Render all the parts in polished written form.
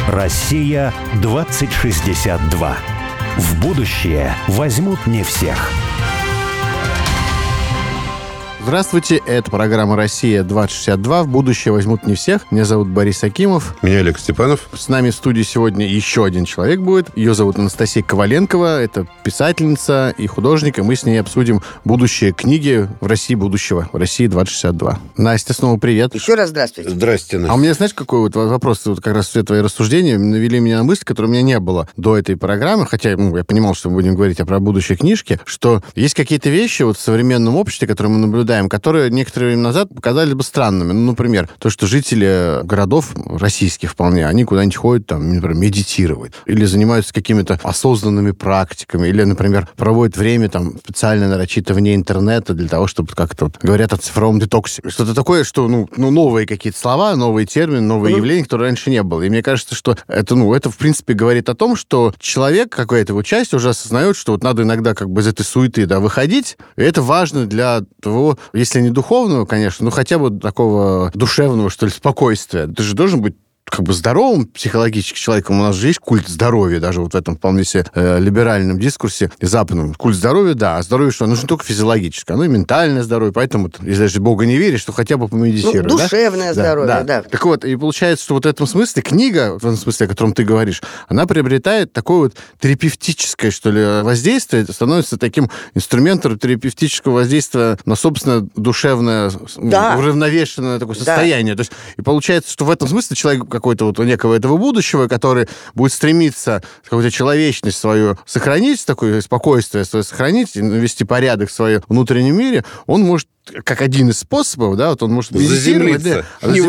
Россия 2062. В будущее возьмут не всех. Здравствуйте, это программа «Россия-2062». В будущее возьмут не всех. Меня зовут Борис Акимов. Меня Олег Степанов. С нами в студии сегодня еще один человек будет. Ее зовут Анастасия Коваленкова. Это писательница и художник. И мы с ней обсудим будущее книги в России будущего. В России-2062. Настя, снова привет. Еще раз здравствуйте. Здрасте, Настя. А у меня, знаешь, какой вот вопрос? Вот как раз все твои рассуждения навели меня на мысль, которой у меня не было до этой программы. Хотя я понимал, что мы будем говорить про будущее книжки. Что есть какие-то вещи вот в современном обществе, которые мы наблюдаем, которые некоторое время назад показались бы странными. Ну, например, то, что жители городов российских вполне, они куда-нибудь ходят, там, например, медитировать, или занимаются какими-то осознанными практиками, или, например, проводят время там специально нарочито вне интернета для того, чтобы как-то вот, говорят о цифровом детоксе. Что-то такое, что, новые какие-то слова, новые термины, новые явления, которые раньше не было. И мне кажется, что это, в принципе, говорит о том, что человек, какая-то его часть, уже осознает, что вот надо иногда как бы из этой суеты, выходить, и это важно для того, если не духовного, конечно, хотя бы такого душевного, что ли, спокойствия. Ты же должен быть как бы здоровым психологически человеком. У нас же есть культ здоровья, даже вот в этом вполне себе либеральном дискурсе западном. Культ здоровья, да. А здоровье что? Оно же не только физиологическое, оно и ментальное здоровье. Поэтому, если даже Бога не веришь, то хотя бы помедитируй. Душевное здоровье, да. Так вот, и получается, что вот в этом смысле книга, в этом смысле, о котором ты говоришь, она приобретает такое вот терапевтическое, что ли, воздействие, становится таким инструментом терапевтического воздействия на собственное душевное, уравновешенное такое состояние. То есть, и получается, что в этом смысле человек какой-то вот некого этого будущего, который будет стремиться какую-то человечность свою сохранить, такое спокойствие свое сохранить, навести порядок в своем внутреннем мире, он может как один из способов, да, вот он может заземлиться.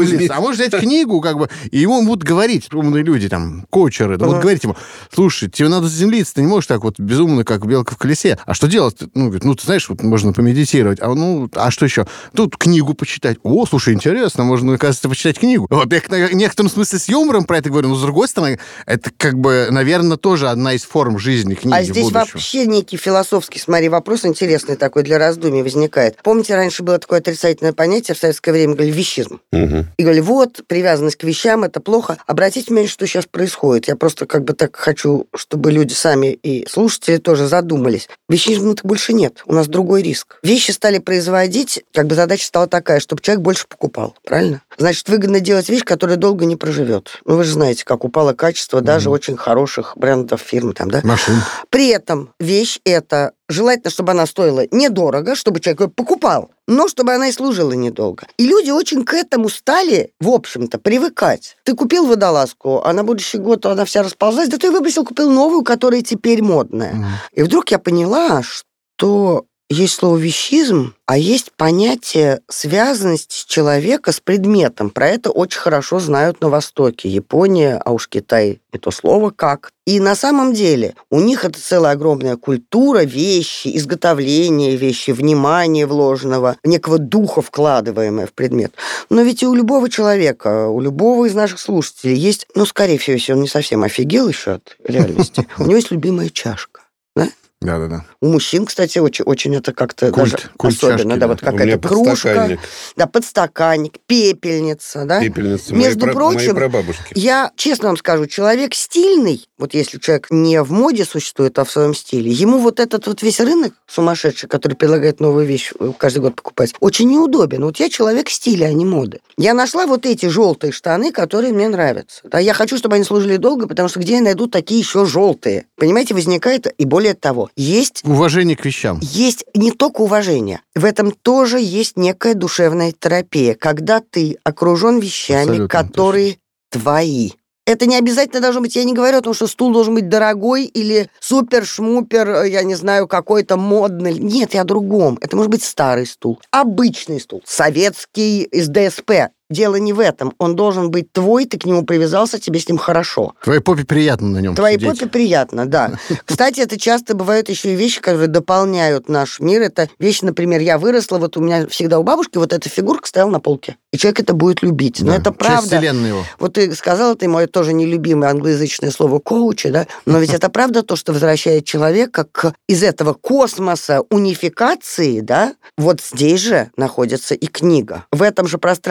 А может взять книгу, как бы, и ему будут говорить, умные люди, там, коучеры, будут говорить ему: слушай, тебе надо заземлиться, ты не можешь так вот безумно, как белка в колесе. А что делать? Говорит, ты знаешь, вот можно помедитировать. А что еще? Тут книгу почитать. О, слушай, интересно, можно, оказывается, почитать книгу. Вот я в некотором смысле с юмором про это говорю, но с другой стороны, это как бы, наверное, тоже одна из форм жизни книги будущего. А здесь будущего. Вообще некий философский, смотри, вопрос интересный такой для раздумий возникает. Помните, раньше было такое отрицательное понятие в советское время, говорили, вещизм. Угу. И говорили, вот, привязанность к вещам, это плохо. Обратите внимание, что сейчас происходит. Я просто как бы так хочу, чтобы люди сами и слушатели тоже задумались. Вещизма-то больше нет. У нас другой риск. Вещи стали производить, как бы задача стала такая, чтобы человек больше покупал. Правильно? Значит, выгодно делать вещь, которая долго не проживет. Вы же знаете, как упало качество даже очень хороших брендов, фирм. Там, да? Машин. При этом вещь эта желательно, чтобы она стоила недорого, чтобы человек ее покупал, но чтобы она и служила недолго. И люди очень к этому стали, в общем-то, привыкать. Ты купил водолазку, а на будущий год она вся расползлась, да ты выбросил, купил новую, которая теперь модная. И вдруг я поняла, что есть слово «вещизм», а есть понятие связанности человека с предметом. Про это очень хорошо знают на Востоке. Япония, а уж Китай, не то слово как. И на самом деле у них это целая огромная культура, вещи, изготовления вещи, внимание вложенного, некого духа, вкладываемое в предмет. Но ведь и у любого человека, у любого из наших слушателей есть, скорее всего, если он не совсем офигел еще от реальности, у него есть любимая чашка. Да? Да. У мужчин, кстати, очень это как-то культ особенно. Чашки, да, вот какая-то кружка, подстаканник, пепельница, да. Пепельница Между прочим, моей прабабушки. Я честно вам скажу, человек стильный, вот если человек не в моде существует, а в своем стиле, ему вот этот вот весь рынок сумасшедший, который предлагает новую вещь каждый год покупать, очень неудобен. Вот я человек стиля, а не моды. Я нашла вот эти желтые штаны, которые мне нравятся. Да, я хочу, чтобы они служили долго, потому что где я найду такие еще желтые? Понимаете, возникает, и более того, есть... Уважение к вещам. Есть не только уважение. В этом тоже есть некая душевная терапия, когда ты окружен вещами, абсолютно которые твои. Это не обязательно должно быть, я не говорю о том, что стул должен быть дорогой или супер-шмупер, я не знаю, какой-то модный. Нет, я о другом. Это может быть старый стул, обычный стул, советский из ДСП. Дело не в этом. Он должен быть твой, ты к нему привязался, тебе с ним хорошо. Твоей попе приятно на нем Твоей сидеть. попе приятно, да. Кстати, это часто бывают еще и вещи, которые дополняют наш мир. Это вещи, например, я выросла, вот у меня всегда у бабушки вот эта фигурка стояла на полке. И человек это будет любить. Но это правда. Часть вселенной его. Вот ты сказал, это мое тоже нелюбимое англоязычное слово коучи, да? Но ведь это правда то, что возвращает человека из этого космоса унификации, да? Вот здесь же находится и книга. В этом же пространстве. Потому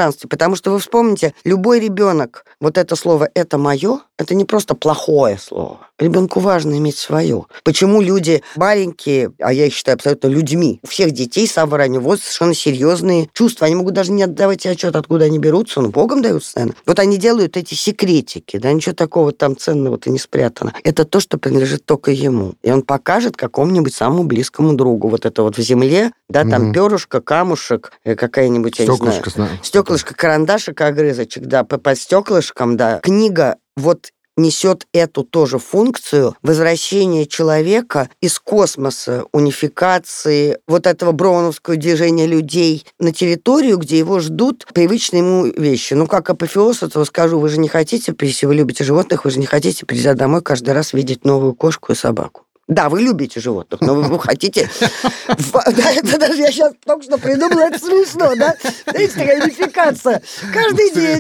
Потому что вы вспомните, любой ребенок, вот это слово «это мое», это не просто плохое слово. Ребенку важно иметь свое. Почему люди маленькие, а я их считаю абсолютно людьми, у всех детей с самого раннего возраста совершенно серьезные чувства. Они могут даже не отдавать себе отчет, откуда они берутся, но Богом даются, наверное. Вот они делают эти секретики, да, ничего такого там ценного-то не спрятано. Это то, что принадлежит только ему. И он покажет какому-нибудь самому близкому другу. Вот это вот в земле, да, там перышко, камушек, какая-нибудь, я не знаю, стеклышко, карандашик, огрызочек, да, под стеклышком, да. Книга вот несет эту тоже функцию возвращения человека из космоса, унификации вот этого броуновского движения людей на территорию, где его ждут привычные ему вещи. Ну, как апофеоз этого скажу, вы же не хотите, если вы любите животных, вы же не хотите, придя домой, каждый раз видеть новую кошку и собаку. Да, вы любите животных, но вы хотите... Да, это даже я сейчас только что придумала, это смешно, да? Знаете, такая унификация. Каждый день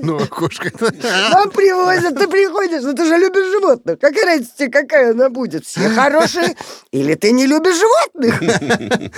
вам привозят, ты приходишь, но ты же любишь животных. Какая разница тебе, какая она будет? Все хорошие? Или ты не любишь животных?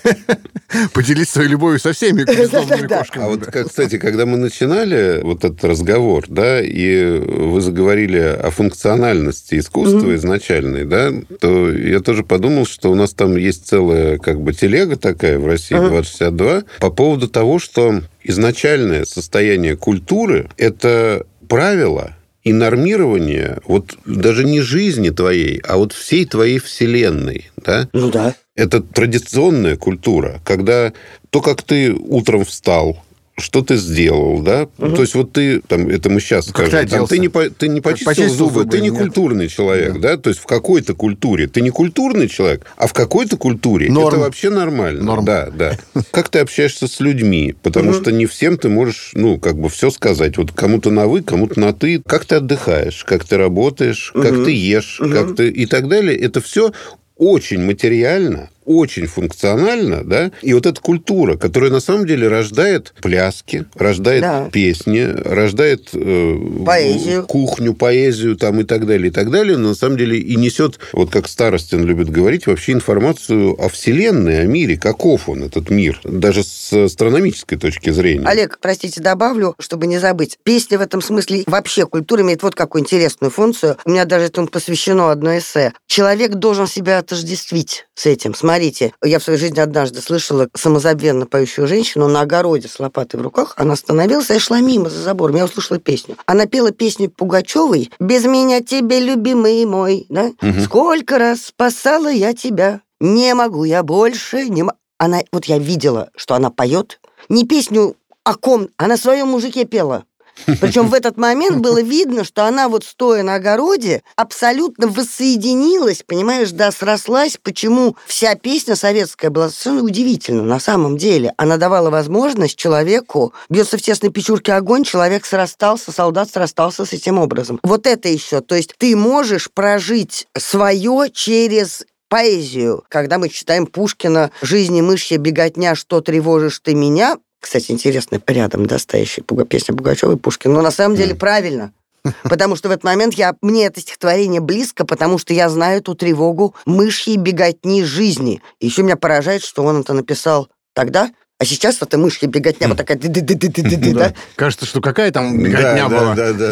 Поделись своей любовью со всеми бездомными кошками. А вот, кстати, когда мы начинали вот этот разговор, да, и вы заговорили о функциональности искусства изначальной, да, то я тоже подумал, что у нас там есть целая как бы телега такая в России 2062 по поводу того, что изначальное состояние культуры – это правила и нормирование вот даже не жизни твоей, а вот всей твоей вселенной, да? Ну да. Это традиционная культура, когда то, как ты утром встал, что ты сделал, да? То есть вот ты, там, это мы сейчас скажем, там, ты не почистил зубы, ты не культурный человек, да? То есть в какой-то культуре ты не культурный человек, а в какой-то культуре это вообще нормально. Да, да. Как ты общаешься с людьми, потому что не всем ты можешь, ну, как бы все сказать. Вот кому-то на «вы», кому-то на «ты». Как ты отдыхаешь, как ты работаешь, как ты ешь, как ты... и так далее. Это все очень материально, очень функционально, да, и вот эта культура, которая на самом деле рождает пляски, рождает песни, рождает поэзию, кухню, поэзию там и так далее, но на самом деле и несет, вот как Старостин любит говорить, вообще информацию о Вселенной, о мире, каков он, этот мир, даже с астрономической точки зрения. Олег, простите, добавлю, чтобы не забыть. Песня в этом смысле, вообще культура имеет вот какую интересную функцию. У меня даже этому посвящено одно эссе. Человек должен себя отождествить с этим. Смотрите, я в своей жизни однажды слышала самозабвенно поющую женщину на огороде с лопатой в руках. Она остановилась, я шла мимо за забором, я услышала песню. Она пела песню Пугачевой «Без меня тебе, любимый мой», да? «Сколько раз спасала я тебя, не могу я больше, не могу». Она, вот я видела, что она поет не песню о ком, а на своем мужике пела. Причем в этот момент было видно, что она вот стоя на огороде абсолютно воссоединилась, понимаешь, да, срослась. Почему вся песня советская была совершенно удивительна на самом деле. Она давала возможность человеку, бьется в тесной печурке огонь, человек срастался, солдат срастался с этим образом. Вот это еще, то есть ты можешь прожить свое через поэзию. Когда мы читаем Пушкина «Жизнь и мышья беготня, что тревожишь ты меня», кстати, интересно, рядом, да, стоящая песня Пугачёвой и Пушкина. Но на самом деле правильно. Потому что в этот момент мне это стихотворение близко, потому что я знаю эту тревогу мышьей беготни жизни. И еще меня поражает, что он это написал тогда, а сейчас это мышья беготня вот такая... Да. Кажется, что какая там беготня была.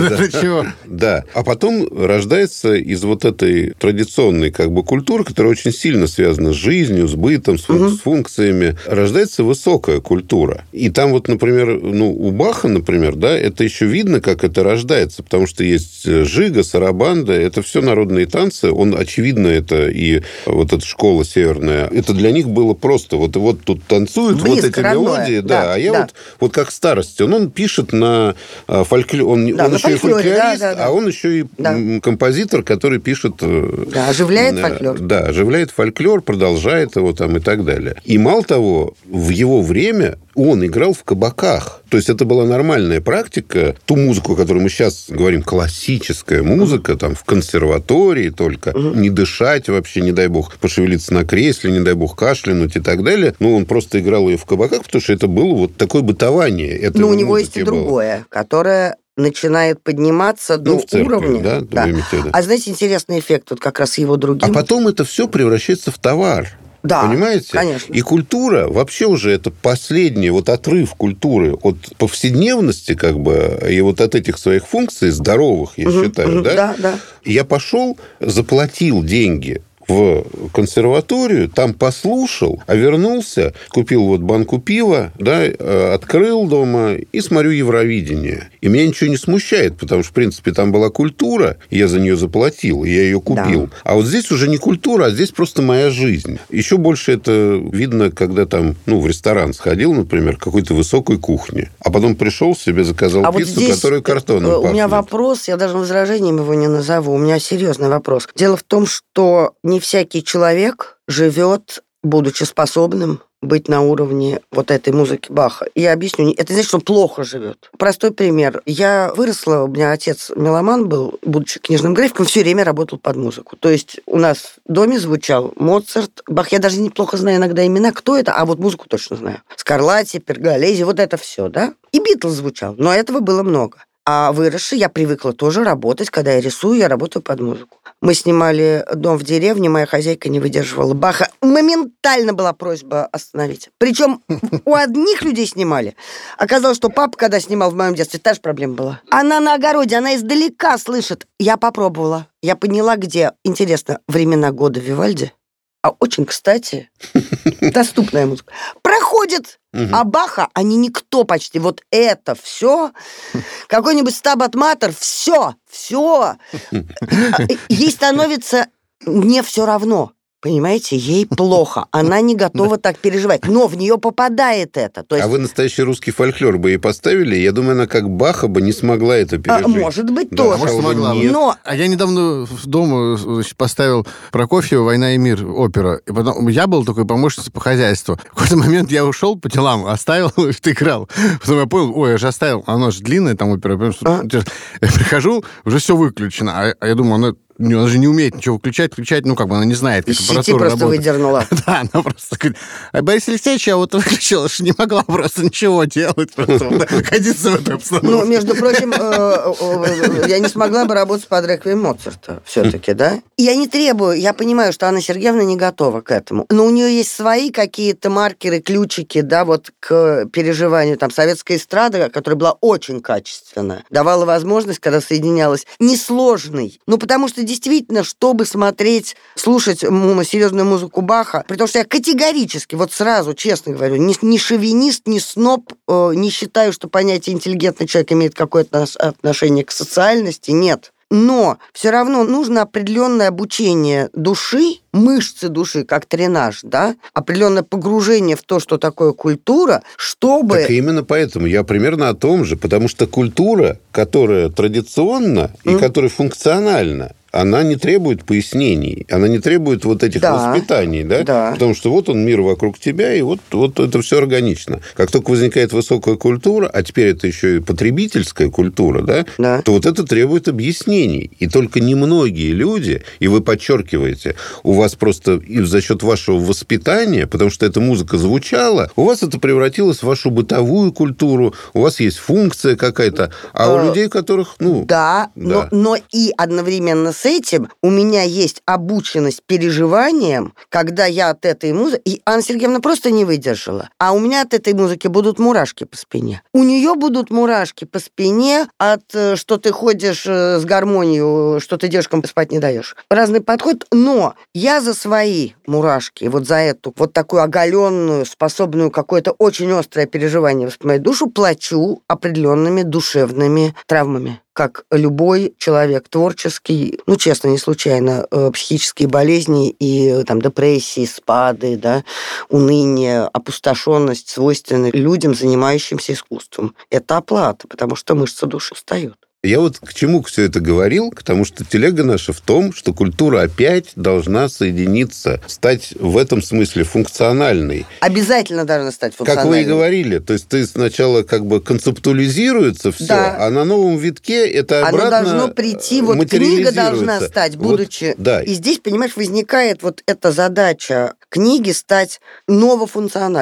Да. А потом рождается из вот этой традиционной как бы культуры, которая очень сильно связана с жизнью, с бытом, с функциями, рождается высокая культура. И там вот, например, у Баха, например, да, это еще видно, как это рождается, потому что есть жига, сарабанда, это все народные танцы. Он, очевидно, это и вот эта школа северная, это для них было просто вот тут танцуют, вот эти мелодии, да. А я вот как старости, он пишет на фольклоре, он еще и фольклорист, а он еще и композитор, который пишет... Да, оживляет фольклор. Да, оживляет фольклор, продолжает его там и так далее. И мало того, в его время он играл в кабаках. То есть это была нормальная практика. Ту музыку, о которой мы сейчас говорим, классическая музыка, там в консерватории только, не дышать вообще, не дай бог, пошевелиться на кресле, не дай бог кашлянуть и так далее. Он просто играл ее в кабаках, потому что это было вот такое бытование. Но у него есть и другое, которое начинает подниматься до уровня. Да. А знаете, интересный эффект, вот как раз его другим... А потом это все превращается в товар. Да, понимаете? Конечно. И культура вообще уже это последний вот отрыв культуры от повседневности как бы и вот от этих своих функций здоровых, я считаю, да? Да. Я пошел, заплатил деньги в консерваторию, там послушал, а вернулся, купил вот банку пива, да, открыл дома и смотрю Евровидение. И меня ничего не смущает, потому что, в принципе, там была культура, и я за нее заплатил, и я ее купил. Да. А вот здесь уже не культура, а здесь просто моя жизнь. Еще больше это видно, когда там, в ресторан сходил, например, какой-то высокой кухни, а потом пришел, себе заказал пиццу, вот здесь которая картоном пахнет. У меня вопрос, я даже возражением его не назову, у меня серьезный вопрос. Дело в том, что не всякий человек живет, будучи способным быть на уровне вот этой музыки Баха. Я объясню. Это значит, что он плохо живет. Простой пример. Я выросла, у меня отец меломан был, будучи книжным графиком, все время работал под музыку. То есть у нас в доме звучал Моцарт, Бах. Я даже неплохо знаю иногда имена, кто это, а вот музыку точно знаю. Скарлатти, Перголези, вот это все, да? И Битлз звучал, но этого было много. А выросши, я привыкла тоже работать. Когда я рисую, я работаю под музыку. Мы снимали дом в деревне, моя хозяйка не выдерживала Баха. Моментально была просьба остановить. Причем у одних людей снимали. Оказалось, что папа, когда снимал в моем детстве, та же проблема была. Она на огороде, она издалека слышит. Я попробовала. Я поняла, где, интересно, времена года Вивальди. А очень, кстати, доступная музыка. Проходит, а Баха, они никто почти. Вот это все, какой-нибудь Стабат Матер, все. Ей становится не все равно. Понимаете, ей плохо. Она не готова так переживать. Но в нее попадает это. То есть... А вы настоящий русский фольклор бы ей поставили? Я думаю, она как Баха бы не смогла это пережить. Может быть, да, тоже. Может, смогла. Но... А я недавно дома поставил Прокофьева «Война и мир» опера. И потом я был такой помощницей по хозяйству. В какой-то момент я ушел по делам, оставил, ты играл. Потом я понял, я же оставил. Оно же длинное, там опера. Я прихожу, уже все выключено. А я думаю, она же не умеет ничего включать, она не знает, как аппаратура работает. Выдернула. Да, она просто говорит, Борис Алексеевич, я вот выключила, что не могла просто ничего делать, просто находиться в этой обстановке. Между прочим, я не смогла бы работать под реквием Моцарта все-таки, да? Я не требую, я понимаю, что Анна Сергеевна не готова к этому, но у нее есть свои какие-то маркеры, ключики, да, вот к переживанию. Там советская эстрада, которая была очень качественная, давала возможность, когда соединялась, несложный, потому что действительно, чтобы слушать серьезную музыку Баха, потому что я категорически, вот сразу, честно говорю, ни шовинист, ни сноб, не считаю, что понятие интеллигентный человек имеет какое-то отношение к социальности, нет. Но все равно нужно определенное обучение души, мышцы души, как тренаж, да, определенное погружение в то, что такое культура, чтобы... Так именно поэтому я примерно о том же, потому что культура, которая традиционна и которая функциональна, она не требует пояснений, она не требует вот этих воспитаний, да? Потому что вот он, мир вокруг тебя, и вот это все органично. Как только возникает высокая культура, а теперь это еще и потребительская культура, да? То вот это требует объяснений. И только немногие люди, и вы подчеркиваете, у вас просто и за счет вашего воспитания, потому что эта музыка звучала, у вас это превратилось в вашу бытовую культуру, у вас есть функция какая-то, а у людей, которых, но и одновременно с этим у меня есть обученность переживаниям, когда я от этой музыки... И Анна Сергеевна просто не выдержала. А у меня от этой музыки будут мурашки по спине. У нее будут мурашки по спине от, что ты ходишь с гармонией, что ты девушкам спать не даешь. Разный подход, но я за свои мурашки, вот за эту вот такую оголенную, способную какое-то очень острое переживание воспринимать душу, плачу определенными душевными травмами. Как любой человек творческий, честно, не случайно, психические болезни и там депрессии, спады, да, уныние, опустошенность свойственны людям, занимающимся искусством. Это оплата, потому что мышцы души устают. Я вот к чему все это говорил? К тому, что телега наша в том, что культура опять должна соединиться, стать в этом смысле функциональной. Обязательно должна стать функциональной. Как вы и говорили. То есть ты сначала как бы концептуализируется все, а на новом витке это обратно оно должно прийти, вот книга должна стать, будучи... И здесь, понимаешь, возникает вот эта задача книги стать новофункциональной.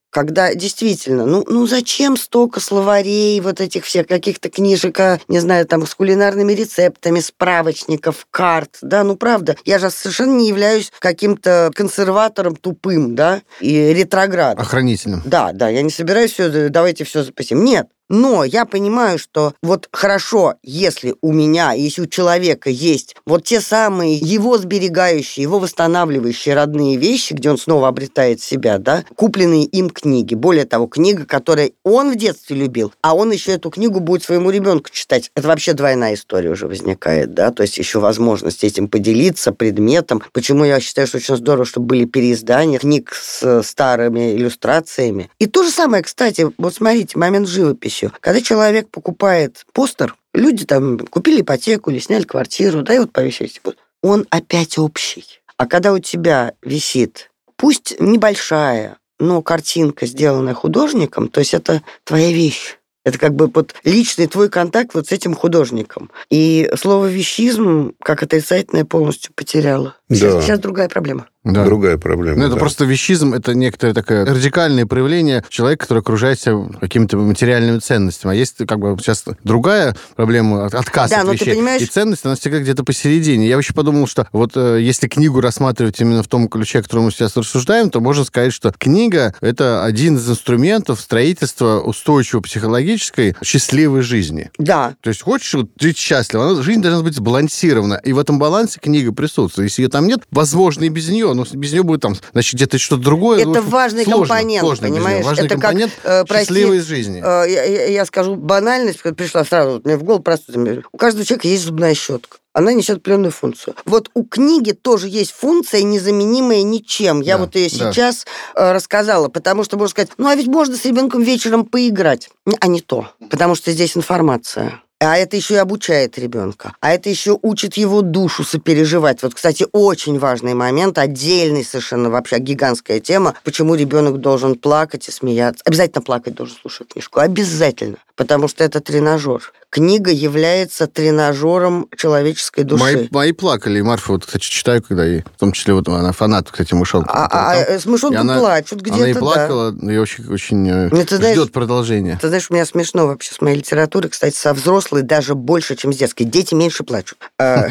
когда действительно, ну зачем столько словарей, вот этих всех каких-то книжек, не знаю, там, с кулинарными рецептами, справочников, карт, да, ну правда, я же совершенно не являюсь каким-то консерватором тупым, да, и ретроградом. Охранителем. Да, я не собираюсь все, давайте все запасем. Нет. Но я понимаю, что вот хорошо, если у человека есть вот те самые его сберегающие, его восстанавливающие родные вещи, где он снова обретает себя, да, купленные им книги. Более того, книга, которую он в детстве любил, а он еще эту книгу будет своему ребенку читать. Это вообще двойная история уже возникает, да, то есть еще возможность этим поделиться предметом. Почему я считаю, что очень здорово, чтобы были переиздания книг с старыми иллюстрациями. И то же самое, кстати, вот смотрите, момент живописи. Когда человек покупает постер, люди там купили ипотеку или сняли квартиру, да, и вот повесили. Он опять общий. А когда у тебя висит, пусть небольшая, но картинка, сделанная художником, то есть это твоя вещь. Это как бы вот личный твой контакт вот с этим художником. И слово «вещизм» как отрицательное полностью потеряло. Сейчас другая проблема. Да. Другая проблема. Это просто вещизм, это некоторое такое радикальное проявление человека, который окружает себя какими-то материальными ценностями. А есть как бы сейчас другая проблема, отказ от вещей. И ценность, она всегда где-то посередине. Я вообще подумал, что вот если книгу рассматривать именно в том ключе, о котором мы сейчас рассуждаем, то можно сказать, что книга — это один из инструментов строительства устойчивой психологической счастливой жизни. Да. То есть хочешь жить счастливо, жизнь должна быть сбалансирована. И в этом балансе книга присутствует. Если ее там нет, возможно, и без нее, но без нее будет там, значит, где-то что-то другое. Это важный компонент, понимаешь? Важный это компонент счастливой жизни. Я скажу банальность, пришла сразу, мне в голову просто. У каждого человека есть зубная щетка. Она несет определенную функцию. Вот у книги тоже есть функция, незаменимая ничем. Я вот ее сейчас рассказала, потому что можно сказать, а ведь можно с ребенком вечером поиграть. А не то, потому что здесь информация. А это еще и обучает ребенка. А это еще учит его душу сопереживать. Вот, кстати, очень важный момент, отдельный совершенно вообще гигантская тема, почему ребенок должен плакать и смеяться. Обязательно плакать должен, слушать книжку. Обязательно. Потому что это тренажер. Книга является тренажером человеческой души. Мои плакали. Марфа, вот, кстати, читаю, когда ей... В том числе, вот она фанат, кстати, мышонка. С мышонком плачут где-то, она и плакала, и очень ждет продолжения. Ты знаешь, у меня смешно вообще с моей литературой, кстати, со взрослой даже больше, чем с детской. Дети меньше плачут.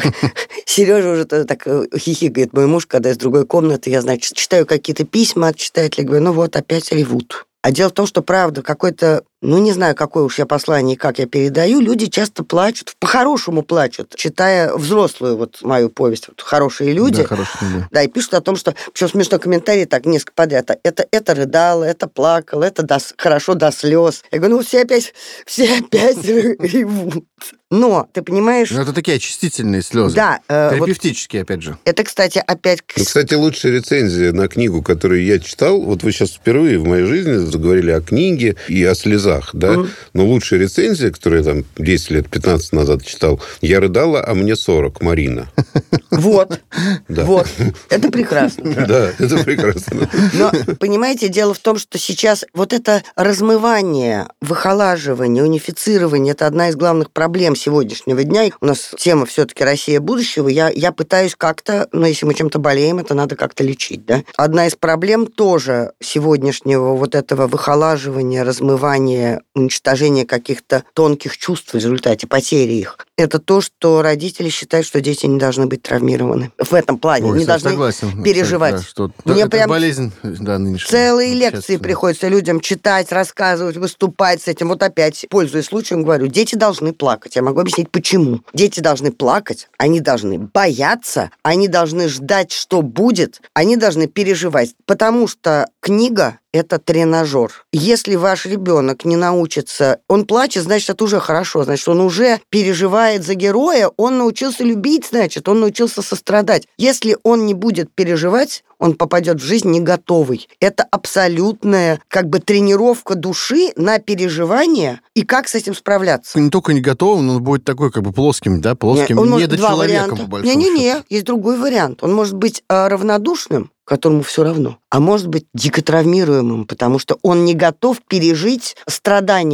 Сережа уже так хихикает, мой муж, когда из другой комнаты, я, значит, читаю какие-то письма от читателей, говорю, опять ревут. А дело в том, что, правда, какой-то, не знаю, какое уж я послание и как я передаю, люди часто плачут, по-хорошему плачут, читая взрослую вот мою повесть, вот «Хорошие люди». Да, хорошие люди. Да, и пишут о том, что, причем смешной комментарий, так, несколько подряд, это рыдало, это плакало, это хорошо до слез. Я говорю, все опять ревут. Но, ты понимаешь... это такие очистительные слезы. Да. Терапевтические, опять же. Это, кстати, опять... Кстати, лучшая рецензия на книгу, которую я читал, вот вы сейчас впервые в моей жизни заговорили о книге и о слезах, да? Но лучшая рецензия, которую я там 10 лет, 15 назад читал, «Я рыдала, а мне 40», Марина. Вот. Вот. Это прекрасно. Да, это прекрасно. Но, понимаете, дело в том, что сейчас вот это размывание, выхолаживание, унифицирование, это одна из главных проблем сегодняшнего дня. У нас тема все-таки «Россия будущего». Я пытаюсь как-то, если мы чем-то болеем, это надо как-то лечить, да? Одна из проблем тоже сегодняшнего вот этого выхолаживания, размывания, уничтожения каких-то тонких чувств в результате потери их. Это то, что родители считают, что дети не должны быть травмированы. В этом плане. Не должны переживать. Да, что Мне это прям болезнь, да, нынешняя. Целые лекции приходится людям читать, рассказывать, выступать с этим. Вот опять, пользуясь случаем, говорю, дети должны плакать. Я могу объяснить, почему. Дети должны плакать, они должны бояться, они должны ждать, что будет, они должны переживать. Потому что книга — это тренажер. Если ваш ребенок не научится, он плачет, значит, это уже хорошо, значит, он уже переживает за героя, он научился любить, значит, он научился сострадать. Если он не будет переживать, он попадет в жизнь не готовый. Это абсолютная тренировка души на переживание и как с этим справляться. Не только не готовым, но он будет такой плоским, да, плоским, недочеловеком, по большому счету. Не-не-не, есть другой вариант. Он может быть равнодушным, которому все равно, а может быть дико травмируемым, потому что он не готов пережить страдания.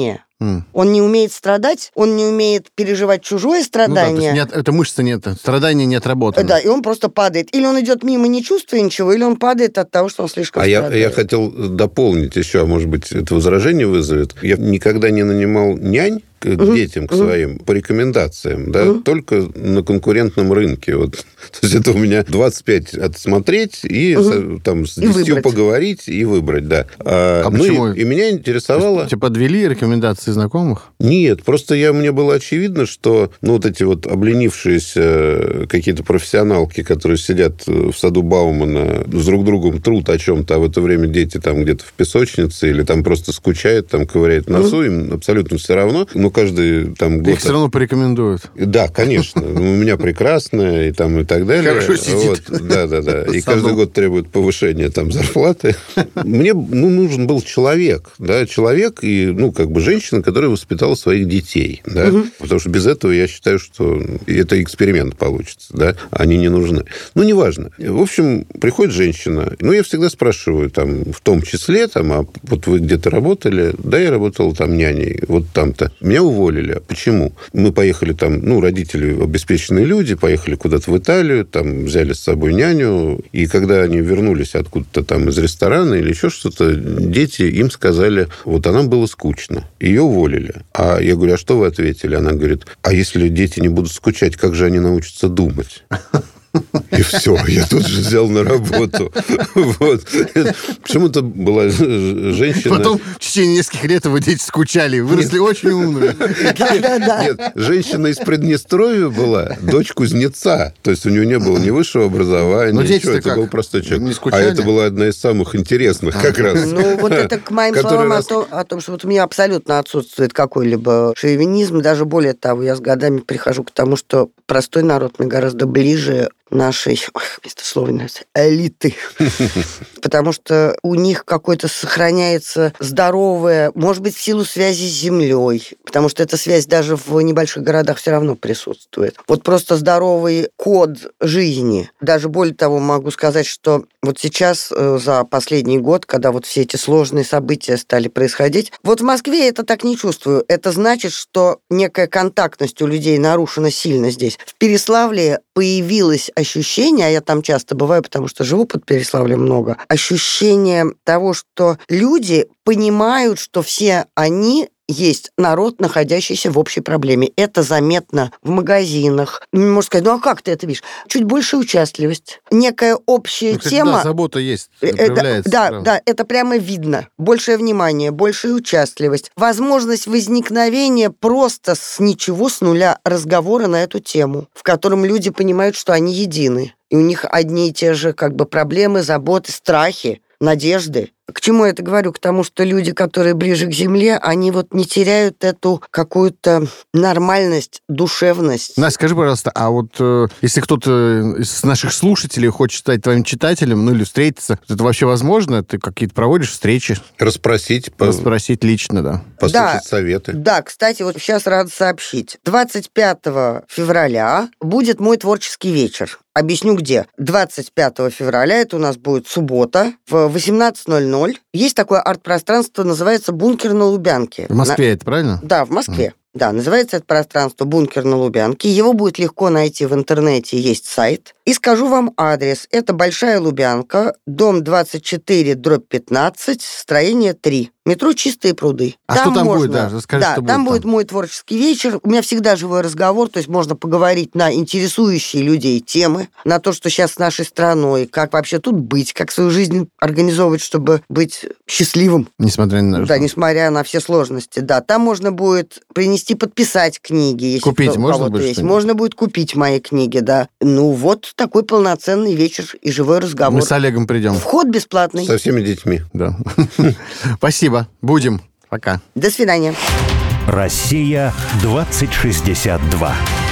Он не умеет страдать, он не умеет переживать чужое страдание. Ну да, то есть это мышца нет, страдание не отработано. Да, и он просто падает. Или он идет мимо, не чувствуя ничего, или он падает от того, что он слишком страдает. Я хотел дополнить еще, а может быть, это возражение вызовет. Я никогда не нанимал нянь к детям, к своим, по рекомендациям, да, только на конкурентном рынке. Вот. То есть это у меня 25 отсмотреть и там с 10 поговорить и выбрать, да. Почему? И меня интересовало... Тебе подвели рекомендации знакомых? Нет, просто мне было очевидно, что вот эти вот обленившиеся какие-то профессионалки, которые сидят в саду Баумана, с друг другом трут о чем-то, а в это время дети там где-то в песочнице или там просто скучают, там ковыряют носу, им абсолютно все равно. Но каждый там год... Их все равно порекомендуют. Да, конечно. У меня прекрасная и так далее. Хорошо сидит. Да. И каждый год требует повышения там зарплаты. Мне нужен был человек, да, человек и, женщина, которая воспитала своих детей, да, потому что без этого я считаю, что это эксперимент получится, да, они не нужны. Неважно. В общем, приходит женщина, я всегда спрашиваю, там, в том числе, там, а вот вы где-то работали? Да, я работала там няней, вот там-то. Меня уволили. Почему? Мы поехали там, родители обеспеченные люди, поехали куда-то в Италию, там взяли с собой няню, и когда они вернулись откуда-то там из ресторана или еще что-то, дети им сказали, вот она было скучно. Ее уволили. А я говорю, а что вы ответили? Она говорит, а если дети не будут скучать, как же они научатся думать? И все, я тут же взял на работу. Вот. Почему-то была женщина... Потом в течение нескольких лет его дети скучали, выросли очень умными. Нет, женщина из Приднестровья была, дочь кузнеца. То есть у нее не было ни высшего образования, ничего. Это был простой человек. А это была одна из самых интересных как раз. Вот это к моим словам о том, что вот у меня абсолютно отсутствует какой-либо шовинизм. Даже более того, я с годами прихожу к тому, что простой народ мне гораздо ближе нашей, вместо слова элиты. Потому что у них какое-то сохраняется здоровое, может быть, в силу связи с землей, потому что эта связь даже в небольших городах все равно присутствует. Вот просто здоровый код жизни. Даже более того, могу сказать, что вот сейчас, за последний год, когда вот все эти сложные события стали происходить, вот в Москве я это так не чувствую. Это значит, что некая контактность у людей нарушена сильно здесь. В Переславле появилось ощущение, а я там часто бываю, потому что живу под Переславлем много, ощущение того, что люди понимают, что все они есть народ, находящийся в общей проблеме. Это заметно в магазинах. Можно сказать, а как ты это видишь? Чуть больше участливость. Некая общая тема. Да, забота есть, проявляется. Да, это прямо видно. Большее внимание, большая участливость. Возможность возникновения просто с ничего, с нуля разговора на эту тему, в котором люди понимают, что они едины. И у них одни и те же проблемы, заботы, страхи, надежды. К чему я это говорю? К тому, что люди, которые ближе к земле, они вот не теряют эту какую-то нормальность, душевность. Настя, скажи, пожалуйста, а вот если кто-то из наших слушателей хочет стать твоим читателем, или встретиться, это вообще возможно? Ты какие-то проводишь встречи? Расспросить лично, да. Послушать советы. Да, кстати, вот сейчас рада сообщить. 25 февраля будет мой творческий вечер. Объясню, где. 25 февраля, это у нас будет суббота, в 18:00. Есть такое арт-пространство, называется «Бункер на Лубянке». В Москве это правильно? Да, в Москве. Да, называется это пространство «Бункер на Лубянке». Его будет легко найти в интернете, есть сайт. И скажу вам адрес. Это Большая Лубянка, дом 24/15, строение 3. Метро «Чистые пруды». А что там будет? Да, расскажи, что будет там будет мой творческий вечер. У меня всегда живой разговор, то есть можно поговорить на интересующие людей темы, на то, что сейчас с нашей страной, как вообще тут быть, как свою жизнь организовывать, чтобы быть счастливым. Несмотря на... Да, несмотря на все сложности. Да, там можно будет принести, подписать книги. Если купить можно будет? Есть. Можно будет купить мои книги, да. Вот такой полноценный вечер и живой разговор. Мы с Олегом придем. Вход бесплатный. Со всеми детьми. Да. Спасибо. Будем. Пока. До свидания. Россия 2062.